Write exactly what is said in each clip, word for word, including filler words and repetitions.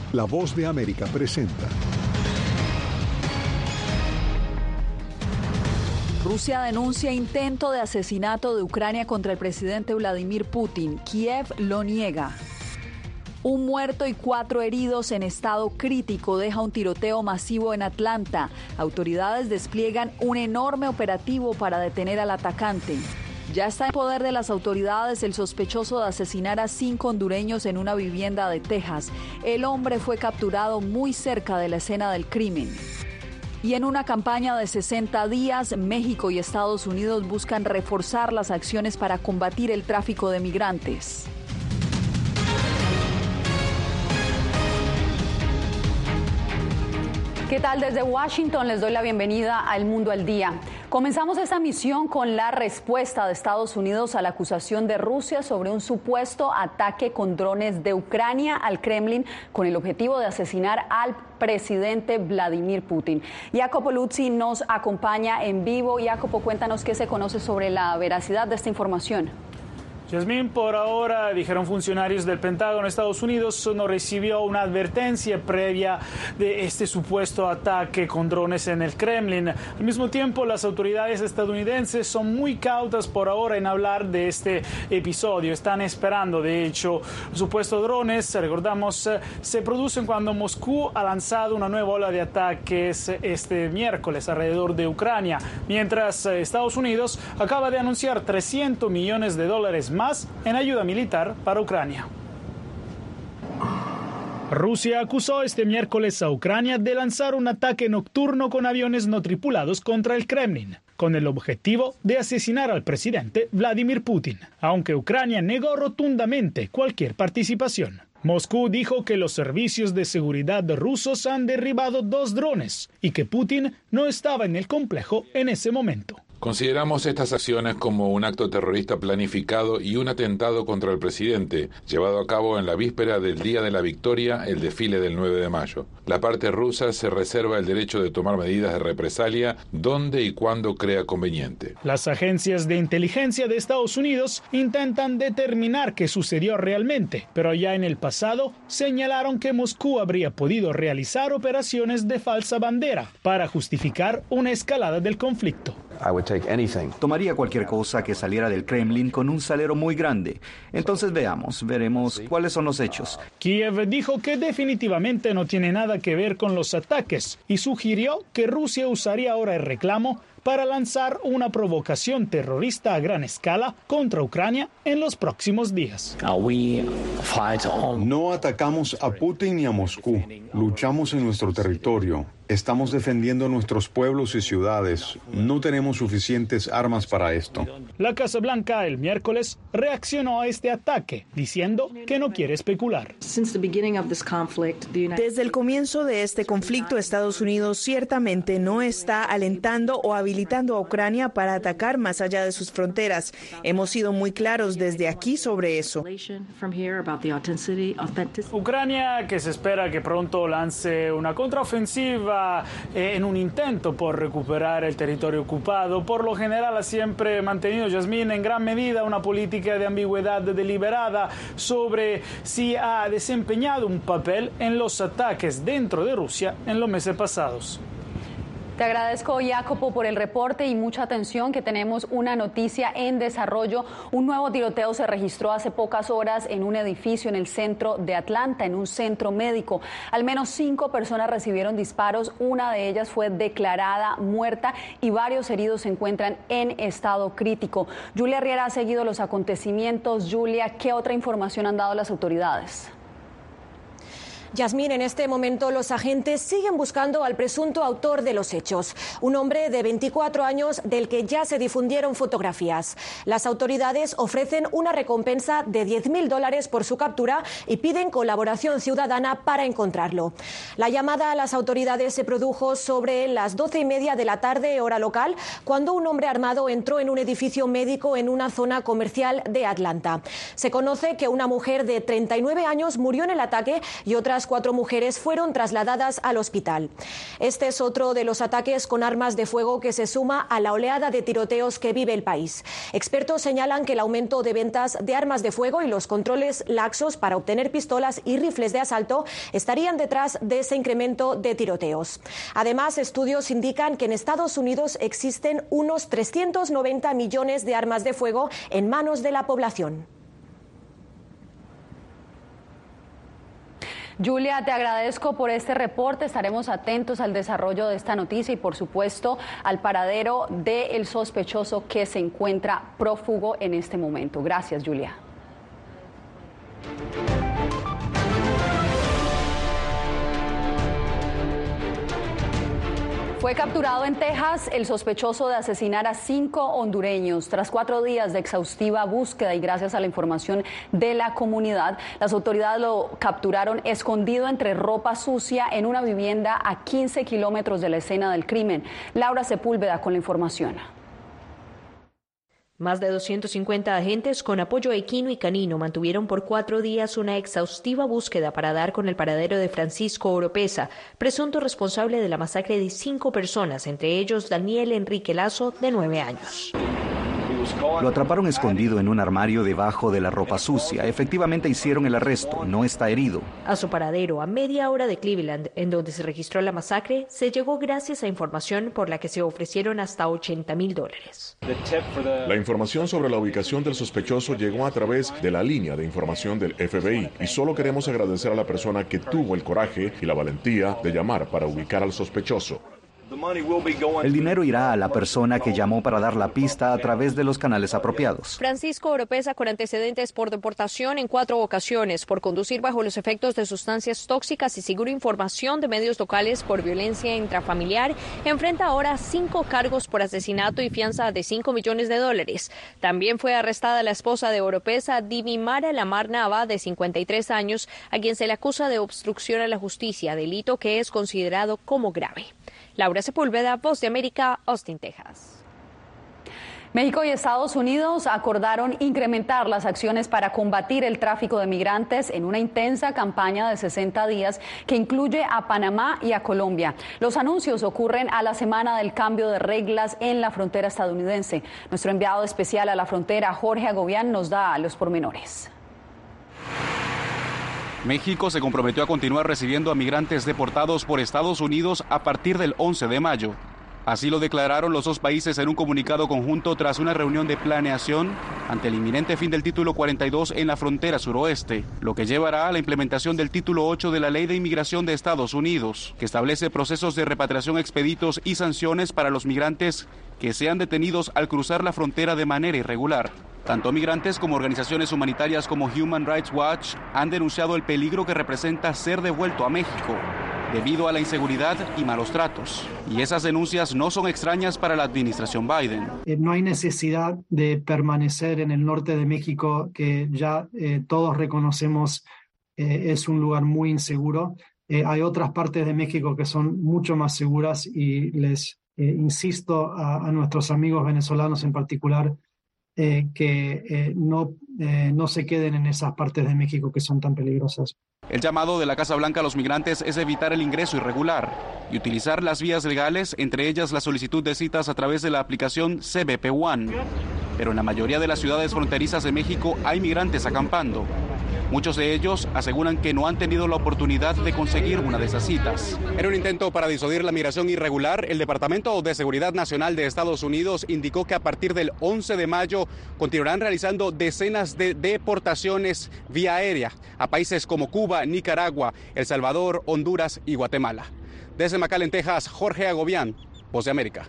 La Voz de América presenta. Rusia denuncia intento de asesinato de Ucrania contra el presidente Vladimir Putin. Kiev lo niega. Un muerto y cuatro heridos en estado crítico deja un tiroteo masivo en Atlanta. Autoridades despliegan un enorme operativo para detener al atacante. Ya está en poder de las autoridades el sospechoso de asesinar a cinco hondureños en una vivienda de Texas. El hombre fue capturado muy cerca de la escena del crimen. Y en una campaña de sesenta días, México y Estados Unidos buscan reforzar las acciones para combatir el tráfico de migrantes. ¿Qué tal? Desde Washington les doy la bienvenida a El Mundo al Día. Comenzamos esta misión con la respuesta de Estados Unidos a la acusación de Rusia sobre un supuesto ataque con drones de Ucrania al Kremlin con el objetivo de asesinar al presidente Vladimir Putin. Jacopo Luzzi nos acompaña en vivo. Jacopo, cuéntanos qué se conoce sobre la veracidad de esta información. Yasmín, por ahora, dijeron funcionarios del Pentágono, Estados Unidos no recibió una advertencia previa de este supuesto ataque con drones en el Kremlin. Al mismo tiempo, las autoridades estadounidenses son muy cautas por ahora en hablar de este episodio. Están esperando, de hecho, supuestos drones, recordamos, se producen cuando Moscú ha lanzado una nueva ola de ataques este miércoles alrededor de Ucrania, mientras Estados Unidos acaba de anunciar trescientos millones de dólares más más en ayuda militar para Ucrania. Rusia acusó este miércoles a Ucrania de lanzar un ataque nocturno con aviones no tripulados contra el Kremlin, con el objetivo de asesinar al presidente Vladimir Putin, aunque Ucrania negó rotundamente cualquier participación. Moscú dijo que los servicios de seguridad rusos han derribado dos drones y que Putin no estaba en el complejo en ese momento. Consideramos estas acciones como un acto terrorista planificado y un atentado contra el presidente, llevado a cabo en la víspera del Día de la Victoria, el desfile del nueve de mayo. La parte rusa se reserva el derecho de tomar medidas de represalia donde y cuando crea conveniente. Las agencias de inteligencia de Estados Unidos intentan determinar qué sucedió realmente, pero ya en el pasado señalaron que Moscú habría podido realizar operaciones de falsa bandera para justificar una escalada del conflicto. Tomaría cualquier cosa que saliera del Kremlin con un salero muy grande. Entonces veamos, veremos cuáles son los hechos. Kiev dijo que definitivamente no tiene nada que ver con los ataques y sugirió que Rusia usaría ahora el reclamo para lanzar una provocación terrorista a gran escala contra Ucrania en los próximos días. No atacamos a Putin ni a Moscú. Luchamos en nuestro territorio. Estamos defendiendo nuestros pueblos y ciudades. No tenemos suficientes armas para esto. La Casa Blanca el miércoles reaccionó a este ataque, diciendo que no quiere especular. Desde el comienzo de este conflicto, Estados Unidos ciertamente no está alentando o habilitando a Ucrania para atacar más allá de sus fronteras. Hemos sido muy claros desde aquí sobre eso. Ucrania, que se espera que pronto lance una contraofensiva en un intento por recuperar el territorio ocupado, por lo general ha siempre mantenido, Yasmín, en gran medida una política de ambigüedad deliberada sobre si ha desempeñado un papel en los ataques dentro de Rusia en los meses pasados. Te agradezco, Jacopo, por el reporte y mucha atención que tenemos una noticia en desarrollo. Un nuevo tiroteo se registró hace pocas horas en un edificio en el centro de Atlanta, en un centro médico. Al menos cinco personas recibieron disparos, una de ellas fue declarada muerta y varios heridos se encuentran en estado crítico. Julia Riera ha seguido los acontecimientos. Julia, ¿qué otra información han dado las autoridades? Yasmín, en este momento los agentes siguen buscando al presunto autor de los hechos, un hombre de veinticuatro años del que ya se difundieron fotografías. Las autoridades ofrecen una recompensa de diez mil dólares por su captura y piden colaboración ciudadana para encontrarlo. La llamada a las autoridades se produjo sobre las doce y media de la tarde, hora local, cuando un hombre armado entró en un edificio médico en una zona comercial de Atlanta. Se conoce que una mujer de treinta y nueve años murió en el ataque y otras otras cuatro mujeres fueron trasladadas al hospital. Este es otro de los ataques con armas de fuego que se suma a la oleada de tiroteos que vive el país. Expertos señalan que el aumento de ventas de armas de fuego y los controles laxos para obtener pistolas y rifles de asalto estarían detrás de ese incremento de tiroteos. Además, estudios indican que en Estados Unidos existen unos trescientos noventa millones de armas de fuego en manos de la población. Julia, te agradezco por este reporte. Estaremos atentos al desarrollo de esta noticia y, por supuesto, al paradero del sospechoso que se encuentra prófugo en este momento. Gracias, Julia. Fue capturado en Texas el sospechoso de asesinar a cinco hondureños. Tras cuatro días de exhaustiva búsqueda y gracias a la información de la comunidad, las autoridades lo capturaron escondido entre ropa sucia en una vivienda a quince kilómetros de la escena del crimen. Laura Sepúlveda con la información. Más de doscientos cincuenta agentes con apoyo equino y canino mantuvieron por cuatro días una exhaustiva búsqueda para dar con el paradero de Francisco Oropeza, presunto responsable de la masacre de cinco personas, entre ellos Daniel Enrique Lazo, de nueve años. Lo atraparon escondido en un armario debajo de la ropa sucia. Efectivamente hicieron el arresto. No está herido. A su paradero, a media hora de Cleveland, en donde se registró la masacre, se llegó gracias a información por la que se ofrecieron hasta ochenta mil dólares. La información sobre la ubicación del sospechoso llegó a través de la línea de información del F B I y solo queremos agradecer a la persona que tuvo el coraje y la valentía de llamar para ubicar al sospechoso. El dinero irá a la persona que llamó para dar la pista a través de los canales apropiados. Francisco Oropeza, con antecedentes por deportación en cuatro ocasiones, por conducir bajo los efectos de sustancias tóxicas y según información de medios locales por violencia intrafamiliar, enfrenta ahora cinco cargos por asesinato y fianza de cinco millones de dólares. También fue arrestada la esposa de Oropeza, Divimara Lamar Nava, de cincuenta y tres años, a quien se le acusa de obstrucción a la justicia, delito que es considerado como grave. Laura Sepúlveda, Voz de América, Austin, Texas. México y Estados Unidos acordaron incrementar las acciones para combatir el tráfico de migrantes en una intensa campaña de sesenta días que incluye a Panamá y a Colombia. Los anuncios ocurren a la semana del cambio de reglas en la frontera estadounidense. Nuestro enviado especial a la frontera, Jorge Agobián, nos da los pormenores. México se comprometió a continuar recibiendo a migrantes deportados por Estados Unidos a partir del once de mayo. Así lo declararon los dos países en un comunicado conjunto tras una reunión de planeación ante el inminente fin del título cuarenta y dos en la frontera suroeste, lo que llevará a la implementación del título ocho de la Ley de Inmigración de Estados Unidos, que establece procesos de repatriación expeditos y sanciones para los migrantes que sean detenidos al cruzar la frontera de manera irregular. Tanto migrantes como organizaciones humanitarias como Human Rights Watch han denunciado el peligro que representa ser devuelto a México debido a la inseguridad y malos tratos. Y esas denuncias no son extrañas para la administración Biden. Eh, no hay necesidad de permanecer en el norte de México, que ya eh, todos reconocemos eh, es un lugar muy inseguro. Eh, hay otras partes de México que son mucho más seguras y les eh, insisto a, a nuestros amigos venezolanos en particular Eh, que eh, no, eh, no se queden en esas partes de México que son tan peligrosas. El llamado de la Casa Blanca a los migrantes es evitar el ingreso irregular y utilizar las vías legales, entre ellas la solicitud de citas a través de la aplicación C B P One. Pero en la mayoría de las ciudades fronterizas de México hay migrantes acampando. Muchos de ellos aseguran que no han tenido la oportunidad de conseguir una de esas citas. En un intento para disuadir la migración irregular, el Departamento de Seguridad Nacional de Estados Unidos indicó que a partir del once de mayo continuarán realizando decenas de deportaciones vía aérea a países como Cuba, Nicaragua, El Salvador, Honduras y Guatemala. Desde McAllen, Texas, Jorge Agobián, Voz de América.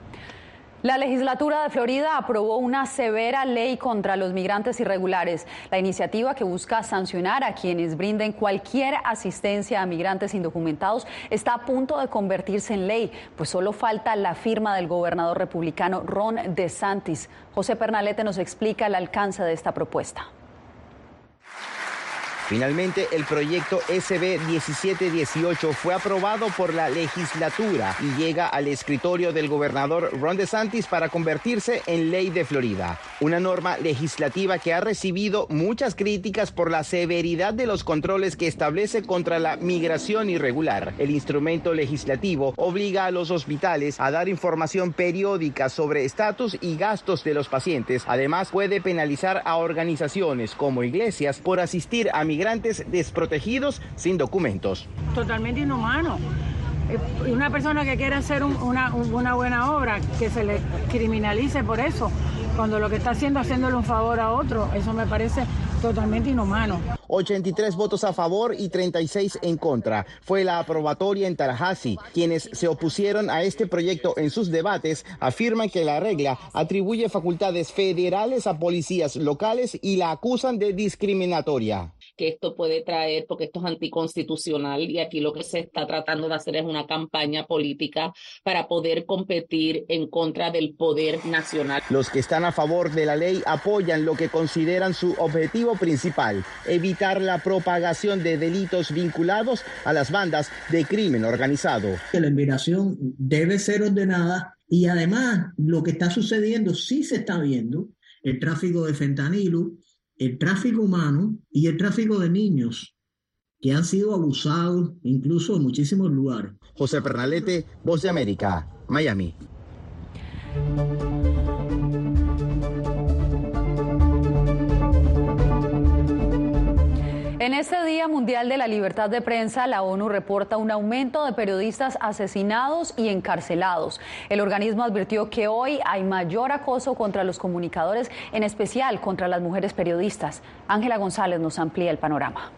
La legislatura de Florida aprobó una severa ley contra los migrantes irregulares. La iniciativa, que busca sancionar a quienes brinden cualquier asistencia a migrantes indocumentados, está a punto de convertirse en ley, pues solo falta la firma del gobernador republicano Ron DeSantis. José Pernalete nos explica el alcance de esta propuesta. Finalmente, el proyecto S B diecisiete dieciocho fue aprobado por la legislatura y llega al escritorio del gobernador Ron DeSantis para convertirse en ley de Florida. Una norma legislativa que ha recibido muchas críticas por la severidad de los controles que establece contra la migración irregular. El instrumento legislativo obliga a los hospitales a dar información periódica sobre estatus y gastos de los pacientes. Además, puede penalizar a organizaciones como iglesias por asistir a migrantes desprotegidos sin documentos. Totalmente inhumano. Una persona que quiere hacer un, una, una buena obra, que se le criminalice por eso, cuando lo que está haciendo es haciéndole un favor a otro, eso me parece totalmente inhumano. ochenta y tres votos a favor y treinta y seis en contra. Fue la aprobatoria en Tallahassee. Quienes se opusieron a este proyecto en sus debates afirman que la regla atribuye facultades federales a policías locales y la acusan de discriminatoria. Que esto puede traer, porque esto es anticonstitucional y aquí lo que se está tratando de hacer es una campaña política para poder competir en contra del poder nacional. Los que están a favor de la ley apoyan lo que consideran su objetivo principal, evitar la propagación de delitos vinculados a las bandas de crimen organizado. La inmigración debe ser ordenada y además lo que está sucediendo sí se está viendo, el tráfico de fentanilo, el tráfico humano y el tráfico de niños que han sido abusados incluso en muchísimos lugares. José Pernalete, Voz de América, Miami. En este Día Mundial de la Libertad de Prensa, la ONU reporta un aumento de periodistas asesinados y encarcelados. El organismo advirtió que hoy hay mayor acoso contra los comunicadores, en especial contra las mujeres periodistas. Ángela González nos amplía el panorama.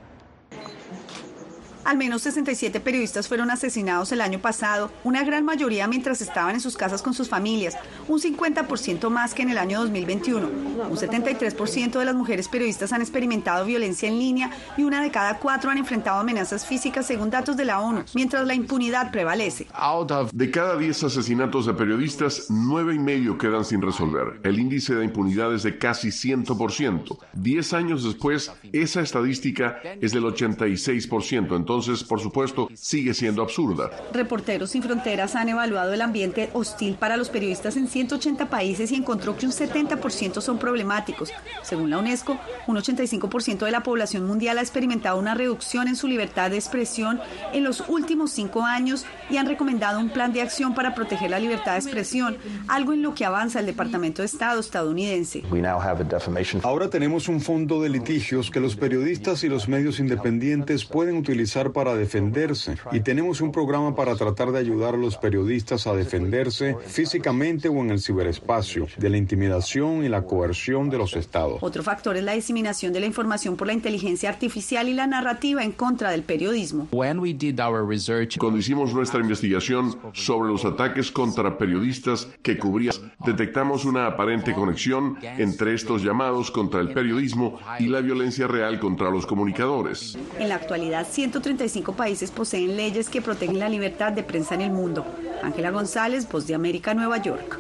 Al menos sesenta y siete periodistas fueron asesinados el año pasado, una gran mayoría mientras estaban en sus casas con sus familias, un cincuenta por ciento más que en el año dos mil veintiuno. Un setenta y tres por ciento de las mujeres periodistas han experimentado violencia en línea y una de cada cuatro han enfrentado amenazas físicas según datos de la ONU, mientras la impunidad prevalece. De cada diez asesinatos de periodistas, nueve y medio quedan sin resolver. El índice de impunidad es de casi cien por ciento. Diez años después, esa estadística es del ochenta y seis por ciento. Entonces, Entonces, por supuesto, sigue siendo absurda. Reporteros Sin Fronteras han evaluado el ambiente hostil para los periodistas en ciento ochenta países y encontró que un setenta por ciento son problemáticos. Según la UNESCO, un ochenta y cinco por ciento de la población mundial ha experimentado una reducción en su libertad de expresión en los últimos cinco años y han recomendado un plan de acción para proteger la libertad de expresión, algo en lo que avanza el Departamento de Estado estadounidense. Ahora tenemos un fondo de litigios que los periodistas y los medios independientes pueden utilizar para defenderse y tenemos un programa para tratar de ayudar a los periodistas a defenderse físicamente o en el ciberespacio de la intimidación y la coerción de los estados. Otro factor es la diseminación de la información por la inteligencia artificial y la narrativa en contra del periodismo. Cuando hicimos nuestra investigación sobre los ataques contra periodistas que cubríamos, detectamos una aparente conexión entre estos llamados contra el periodismo y la violencia real contra los comunicadores. En la actualidad, ciento treinta y cinco países poseen leyes que protegen la libertad de prensa en el mundo. Ángela González, Voz de América, Nueva York.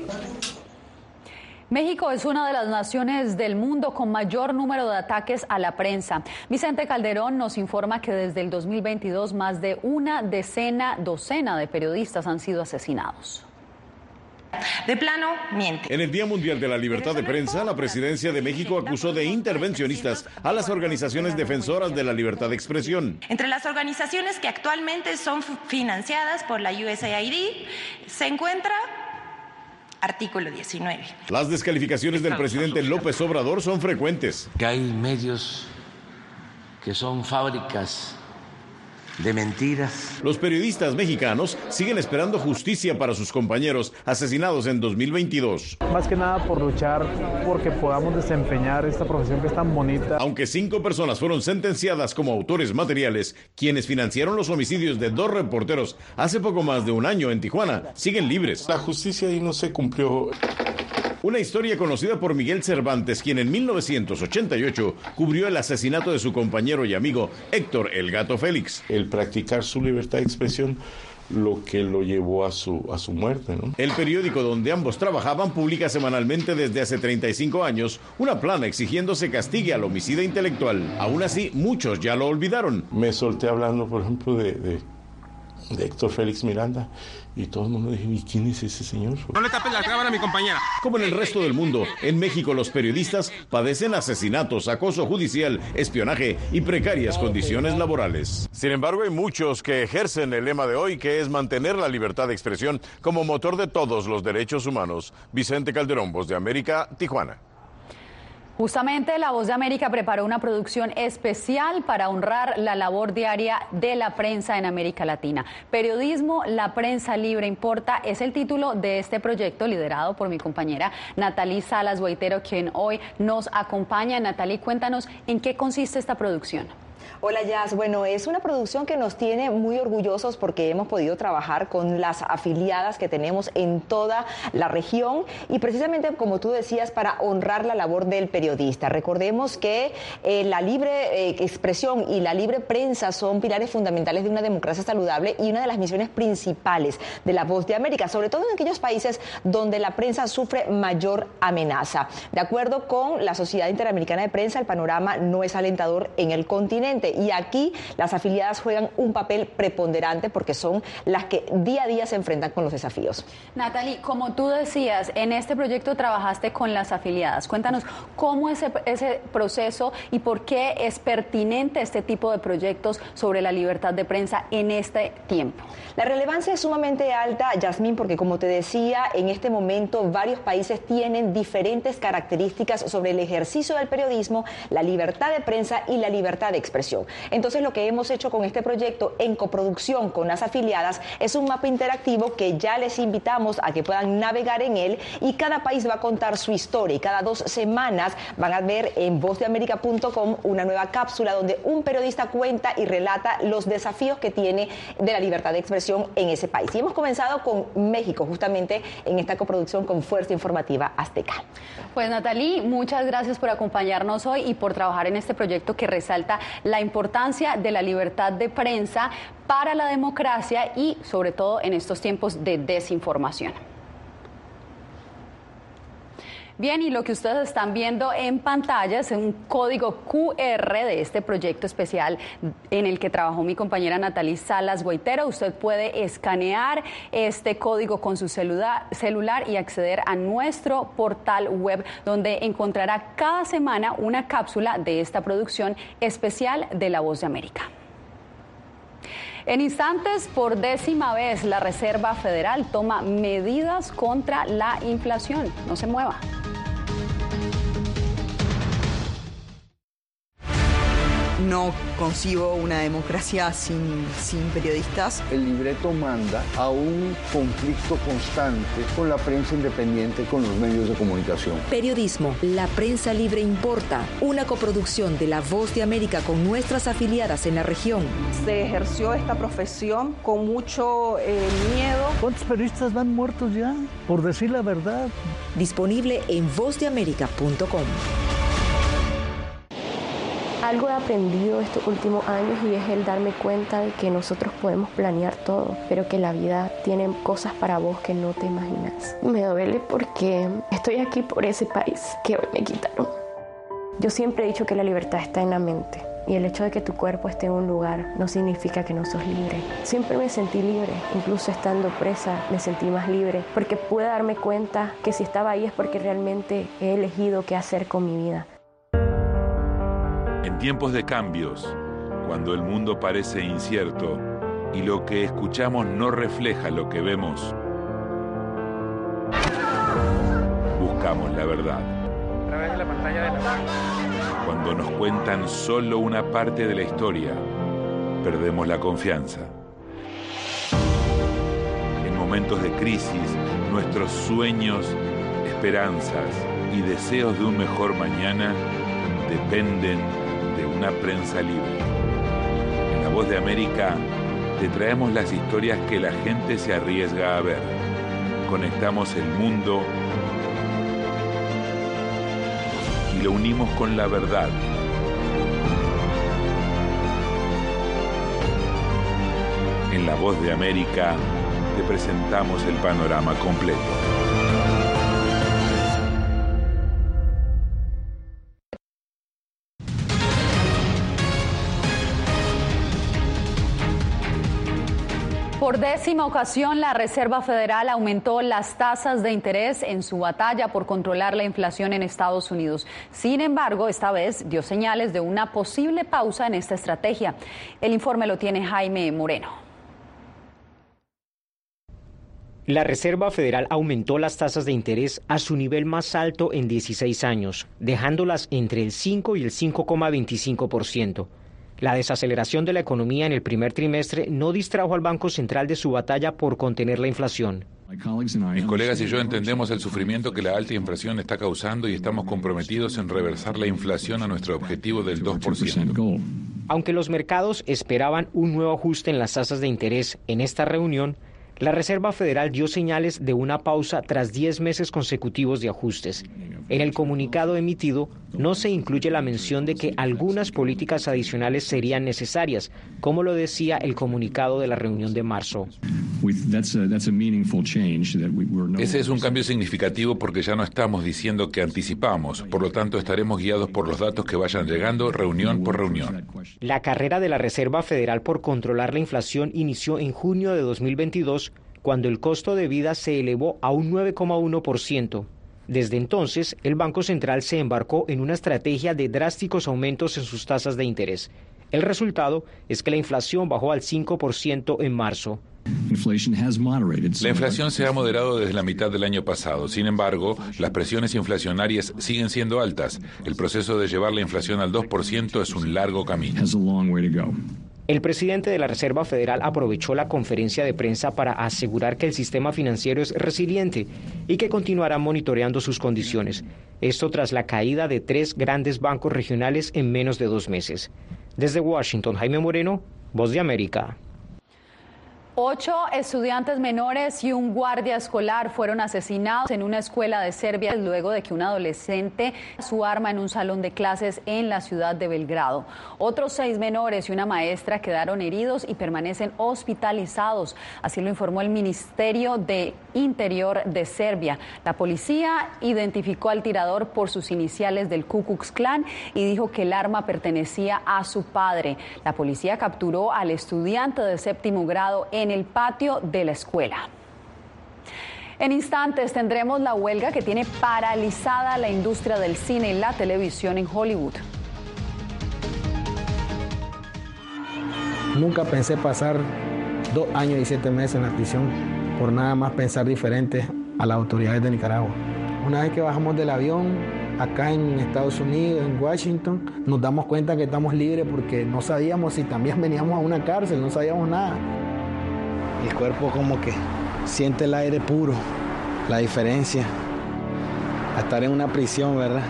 México es una de las naciones del mundo con mayor número de ataques a la prensa. Vicente Calderón nos informa que desde el dos mil veintidós más de una decena, docena de periodistas han sido asesinados. De plano, miente. En el Día Mundial de la Libertad de Prensa, la presidencia de México acusó de intervencionistas a las organizaciones defensoras de la libertad de expresión. Entre las organizaciones que actualmente son financiadas por la U S A I D se encuentra artículo diecinueve. Las descalificaciones del presidente López Obrador son frecuentes. Que hay medios que son fábricas de mentiras. Los periodistas mexicanos siguen esperando justicia para sus compañeros asesinados en dos mil veintidós. Más que nada por luchar porque podamos desempeñar esta profesión que es tan bonita. Aunque cinco personas fueron sentenciadas como autores materiales, quienes financiaron los homicidios de dos reporteros hace poco más de un año en Tijuana siguen libres. La justicia ahí no se cumplió. Una historia conocida por Miguel Cervantes, quien en mil novecientos ochenta y ocho cubrió el asesinato de su compañero y amigo Héctor El Gato Félix. El practicar su libertad de expresión lo que lo llevó a su, a su muerte, ¿no? El periódico donde ambos trabajaban publica semanalmente desde hace treinta y cinco años una plana exigiendo se castigue al homicida intelectual. Aún así, muchos ya lo olvidaron. Me solté hablando, por ejemplo, de, de, de Héctor Félix Miranda, y todo el mundo dijo, ¿y quién es ese señor? No le tapes la cámara a mi compañera. Como en el resto del mundo, en México los periodistas padecen asesinatos, acoso judicial, espionaje y precarias condiciones laborales. Sin embargo, hay muchos que ejercen el lema de hoy, que es mantener la libertad de expresión como motor de todos los derechos humanos. Vicente Calderón, Voz de América, Tijuana. Justamente La Voz de América preparó una producción especial para honrar la labor diaria de la prensa en América Latina. Periodismo, la prensa libre importa, es el título de este proyecto liderado por mi compañera Natalie Salas Guaitero, quien hoy nos acompaña. Natalie, cuéntanos en qué consiste esta producción. Hola Jazz, bueno, es una producción que nos tiene muy orgullosos porque hemos podido trabajar con las afiliadas que tenemos en toda la región y precisamente como tú decías para honrar la labor del periodista. Recordemos que eh, la libre eh, expresión y la libre prensa son pilares fundamentales de una democracia saludable y una de las misiones principales de La Voz de América, sobre todo en aquellos países donde la prensa sufre mayor amenaza. De acuerdo con la Sociedad Interamericana de Prensa, el panorama no es alentador en el continente. Y aquí las afiliadas juegan un papel preponderante porque son las que día a día se enfrentan con los desafíos. Natalie, como tú decías, en este proyecto trabajaste con las afiliadas. Cuéntanos cómo es ese, ese proceso y por qué es pertinente este tipo de proyectos sobre la libertad de prensa en este tiempo. La relevancia es sumamente alta, Yasmín, porque como te decía, en este momento varios países tienen diferentes características sobre el ejercicio del periodismo, la libertad de prensa y la libertad de expresión. Entonces, lo que hemos hecho con este proyecto en coproducción con las afiliadas es un mapa interactivo que ya les invitamos a que puedan navegar en él y cada país va a contar su historia y cada dos semanas van a ver en voz de américa punto com una nueva cápsula donde un periodista cuenta y relata los desafíos que tiene de la libertad de expresión en ese país. Y hemos comenzado con México, justamente en esta coproducción con Fuerza Informativa Azteca. Pues Natalie, muchas gracias por acompañarnos hoy y por trabajar en este proyecto que resalta la importancia de la libertad de prensa para la democracia y sobre todo en estos tiempos de desinformación. Bien, y lo que ustedes están viendo en pantalla es un código Q R de este proyecto especial en el que trabajó mi compañera Natalie Salas Guaitero. Usted puede escanear este código con su celular, celular y acceder a nuestro portal web donde encontrará cada semana una cápsula de esta producción especial de La Voz de América. En instantes, por décima vez, la Reserva Federal toma medidas contra la inflación. No se mueva. No concibo una democracia sin, sin periodistas. El libreto manda a un conflicto constante con la prensa independiente, con los medios de comunicación. Periodismo, la prensa libre importa. Una coproducción de La Voz de América con nuestras afiliadas en la región. Se ejerció esta profesión con mucho eh, miedo. ¿Cuántos periodistas van muertos ya? Por decir la verdad. Disponible en voz de américa punto com. Algo he aprendido estos últimos años y es el darme cuenta de que nosotros podemos planear todo, pero que la vida tiene cosas para vos que no te imaginas. Me duele porque estoy aquí por ese país que hoy me quitaron. Yo siempre he dicho que la libertad está en la mente y el hecho de que tu cuerpo esté en un lugar no significa que no sos libre. Siempre me sentí libre, incluso estando presa me sentí más libre porque pude darme cuenta que si estaba ahí es porque realmente he elegido qué hacer con mi vida. En tiempos de cambios, cuando el mundo parece incierto y lo que escuchamos no refleja lo que vemos, buscamos la verdad. A través de la pantalla de la mano. Cuando nos cuentan solo una parte de la historia, perdemos la confianza. En momentos de crisis, nuestros sueños, esperanzas y deseos de un mejor mañana dependen de una prensa libre. En La Voz de América te traemos las historias que la gente se arriesga a ver. Conectamos el mundo y lo unimos con la verdad. En La Voz de América te presentamos el panorama completo. Por décima ocasión, la Reserva Federal aumentó las tasas de interés en su batalla por controlar la inflación en Estados Unidos. Sin embargo, esta vez dio señales de una posible pausa en esta estrategia. El informe lo tiene Jaime Moreno. La Reserva Federal aumentó las tasas de interés a su nivel más alto en dieciséis años, dejándolas entre el cinco y el cinco coma veinticinco por ciento. La desaceleración de la economía en el primer trimestre no distrajo al Banco Central de su batalla por contener la inflación. Mis colegas y yo entendemos el sufrimiento que la alta inflación está causando y estamos comprometidos en reversar la inflación a nuestro objetivo del dos por ciento. Aunque los mercados esperaban un nuevo ajuste en las tasas de interés en esta reunión, la Reserva Federal dio señales de una pausa tras diez meses consecutivos de ajustes. En el comunicado emitido no se incluye la mención de que algunas políticas adicionales serían necesarias, como lo decía el comunicado de la reunión de marzo. Ese es un cambio significativo porque ya no estamos diciendo que anticipamos, por lo tanto estaremos guiados por los datos que vayan llegando reunión por reunión. La carrera de la Reserva Federal por controlar la inflación inició en junio de dos mil veintidós, cuando el costo de vida se elevó a un nueve coma uno por ciento. Desde entonces, el Banco Central se embarcó en una estrategia de drásticos aumentos en sus tasas de interés. El resultado es que la inflación bajó al cinco por ciento en marzo. La inflación se ha moderado desde la mitad del año pasado. Sin embargo, las presiones inflacionarias siguen siendo altas. El proceso de llevar la inflación al dos por ciento es un largo camino. El presidente de la Reserva Federal aprovechó la conferencia de prensa para asegurar que el sistema financiero es resiliente y que continuará monitoreando sus condiciones. Esto tras la caída de tres grandes bancos regionales en menos de dos meses. Desde Washington, Jaime Moreno, Voz de América. Ocho estudiantes menores y un guardia escolar fueron asesinados en una escuela de Serbia luego de que un adolescente su arma en un salón de clases en la ciudad de Belgrado. Otros seis menores y una maestra quedaron heridos y permanecen hospitalizados. Así lo informó el Ministerio de Interior de Serbia. La policía identificó al tirador por sus iniciales del Ku Klux Klan y dijo que el arma pertenecía a su padre. La policía capturó al estudiante de séptimo grado en en el patio de la escuela. En instantes tendremos la huelga que tiene paralizada la industria del cine y la televisión en Hollywood. Nunca pensé pasar dos años y siete meses en la prisión por nada más pensar diferente a las autoridades de Nicaragua. Una vez que bajamos del avión acá en Estados Unidos, en Washington, nos damos cuenta que estamos libres porque no sabíamos si también veníamos a una cárcel, no sabíamos nada. El cuerpo como que siente el aire puro, la diferencia a estar en una prisión, ¿verdad?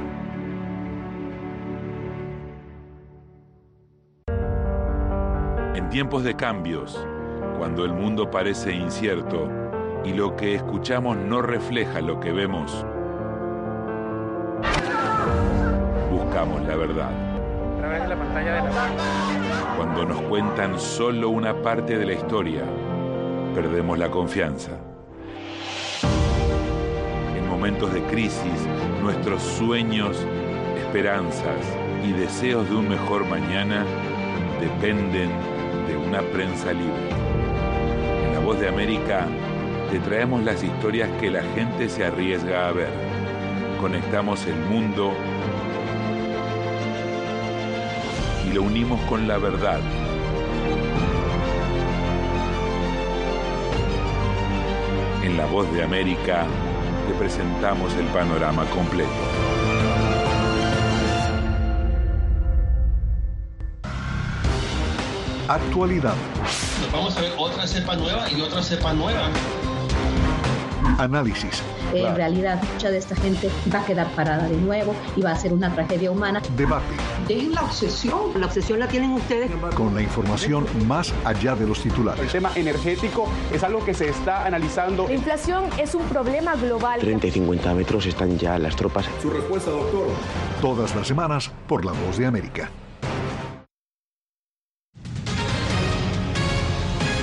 En tiempos de cambios, cuando el mundo parece incierto y lo que escuchamos no refleja lo que vemos, buscamos la verdad. A través de la pantalla de la web. Cuando nos cuentan solo una parte de la historia, perdemos la confianza. En momentos de crisis, nuestros sueños, esperanzas y deseos de un mejor mañana dependen de una prensa libre. En La Voz de América te traemos las historias que la gente se arriesga a ver. Conectamos el mundo y lo unimos con la verdad. En La Voz de América te presentamos el panorama completo. Actualidad. Vamos a ver otra cepa nueva y otra cepa nueva. Análisis. En realidad, mucha de esta gente va a quedar parada de nuevo y va a ser una tragedia humana. Debate. Dejen la obsesión. La obsesión la tienen ustedes. Con la información más allá de los titulares. El tema energético es algo que se está analizando. La inflación es un problema global. treinta y cincuenta metros están ya las tropas. Su respuesta, doctor. Todas las semanas por La Voz de América.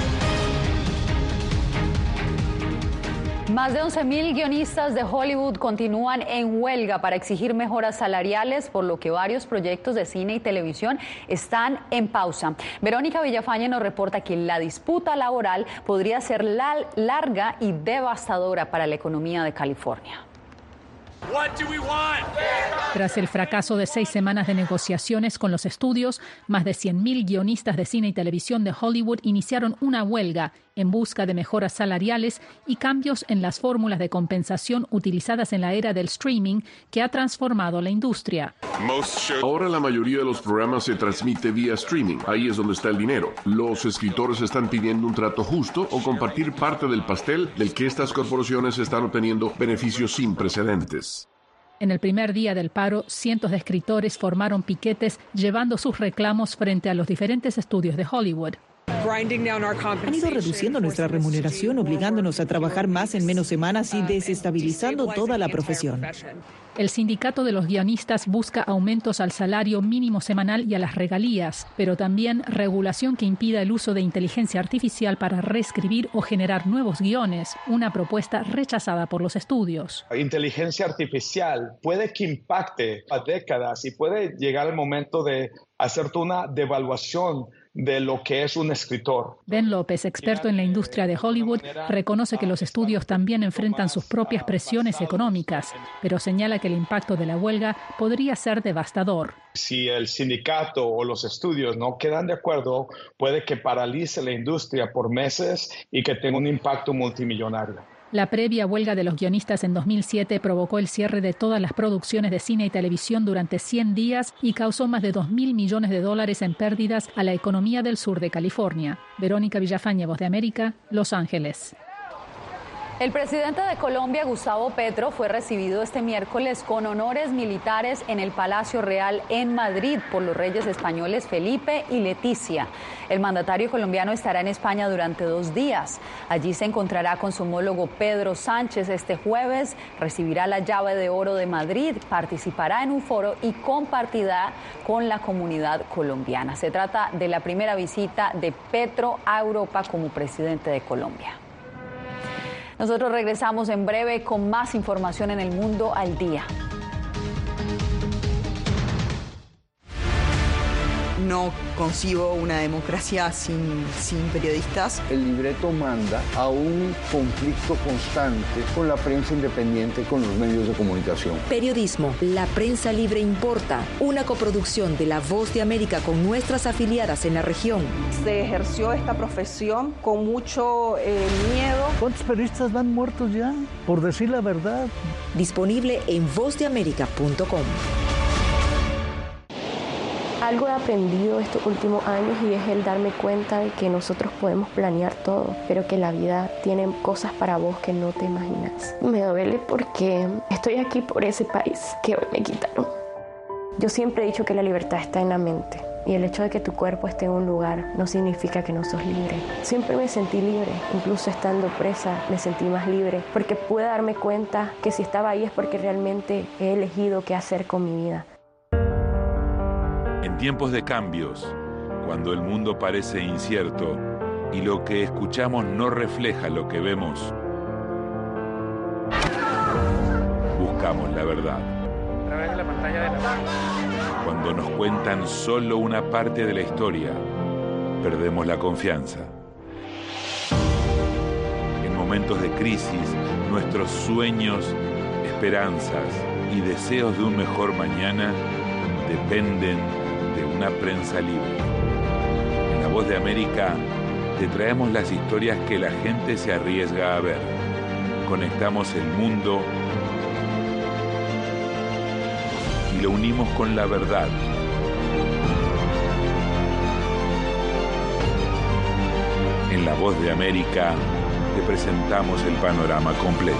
Más de once mil guionistas de Hollywood continúan en huelga para exigir mejoras salariales, por lo que varios proyectos de cine y televisión están en pausa. Verónica Villafañe nos reporta que la disputa laboral podría ser larga y devastadora para la economía de California. Tras el fracaso de seis semanas de negociaciones con los estudios, más de cien mil guionistas de cine y televisión de Hollywood iniciaron una huelga en busca de mejoras salariales y cambios en las fórmulas de compensación utilizadas en la era del streaming que ha transformado la industria. Ahora la mayoría de los programas se transmite vía streaming. Ahí es donde está el dinero. Los escritores están pidiendo un trato justo o compartir parte del pastel del que estas corporaciones están obteniendo beneficios sin precedentes. En el primer día del paro, cientos de escritores formaron piquetes llevando sus reclamos frente a los diferentes estudios de Hollywood. Han ido reduciendo nuestra remuneración, obligándonos a trabajar más en menos semanas y desestabilizando toda la profesión. El sindicato de los guionistas busca aumentos al salario mínimo semanal y a las regalías, pero también regulación que impida el uso de inteligencia artificial para reescribir o generar nuevos guiones, una propuesta rechazada por los estudios. Inteligencia artificial puede que impacte a décadas y puede llegar el momento de hacer una devaluación de lo que es un escritor. Ben López, experto en la industria de Hollywood, reconoce que los estudios también enfrentan sus propias presiones económicas, pero señala que el impacto de la huelga podría ser devastador. Si el sindicato o los estudios no quedan de acuerdo, puede que paralice la industria por meses y que tenga un impacto multimillonario. La previa huelga de los guionistas en dos mil siete provocó el cierre de todas las producciones de cine y televisión durante cien días y causó más de dos mil millones de dólares en pérdidas a la economía del sur de California. Verónica Villafañe, Voz de América, Los Ángeles. El presidente de Colombia, Gustavo Petro, fue recibido este miércoles con honores militares en el Palacio Real en Madrid por los reyes españoles Felipe y Leticia. El mandatario colombiano estará en España durante dos días. Allí se encontrará con su homólogo Pedro Sánchez este jueves, recibirá la llave de oro de Madrid, participará en un foro y compartirá con la comunidad colombiana. Se trata de la primera visita de Petro a Europa como presidente de Colombia. Nosotros regresamos en breve con más información en El Mundo al Día. No concibo una democracia sin, sin periodistas. El libreto manda a un conflicto constante con la prensa independiente, con los medios de comunicación. Periodismo, la prensa libre importa. Una coproducción de La Voz de América con nuestras afiliadas en la región. Se ejerció esta profesión con mucho eh, miedo. ¿Cuántos periodistas van muertos ya? Por decir la verdad. Disponible en voz de américa punto com. Algo he aprendido estos últimos años y es el darme cuenta de que nosotros podemos planear todo, pero que la vida tiene cosas para vos que no te imaginas. Me duele porque estoy aquí por ese país que hoy me quitaron. Yo siempre he dicho que la libertad está en la mente y el hecho de que tu cuerpo esté en un lugar no significa que no sos libre. Siempre me sentí libre, incluso estando presa me sentí más libre porque pude darme cuenta que si estaba ahí es porque realmente he elegido qué hacer con mi vida. En tiempos de cambios, cuando el mundo parece incierto y lo que escuchamos no refleja lo que vemos, buscamos la verdad. A través de la pantalla de la web. Cuando nos cuentan solo una parte de la historia, perdemos la confianza. En momentos de crisis, nuestros sueños, esperanzas y deseos de un mejor mañana dependen de una prensa libre. En La Voz de América te traemos las historias que la gente se arriesga a ver. Conectamos el mundo y lo unimos con la verdad. En La Voz de América te presentamos el panorama completo.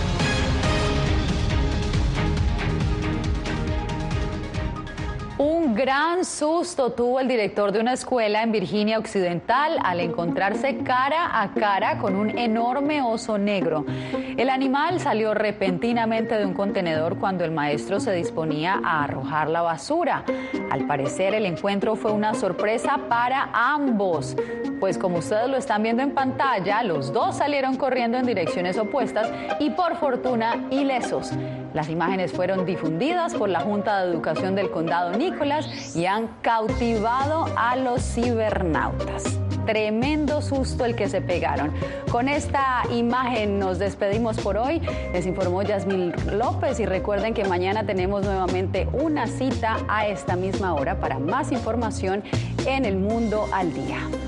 Un Un gran susto tuvo el director de una escuela en Virginia Occidental al encontrarse cara a cara con un enorme oso negro. El animal salió repentinamente de un contenedor cuando el maestro se disponía a arrojar la basura. Al parecer, el encuentro fue una sorpresa para ambos, pues como ustedes lo están viendo en pantalla, los dos salieron corriendo en direcciones opuestas y por fortuna ilesos. Las imágenes fueron difundidas por la Junta de Educación del Condado Nicholas y han cautivado a los cibernautas. Tremendo susto el que se pegaron. Con esta imagen nos despedimos por hoy. Les informó Yasmín López y recuerden que mañana tenemos nuevamente una cita a esta misma hora para más información en El Mundo al Día.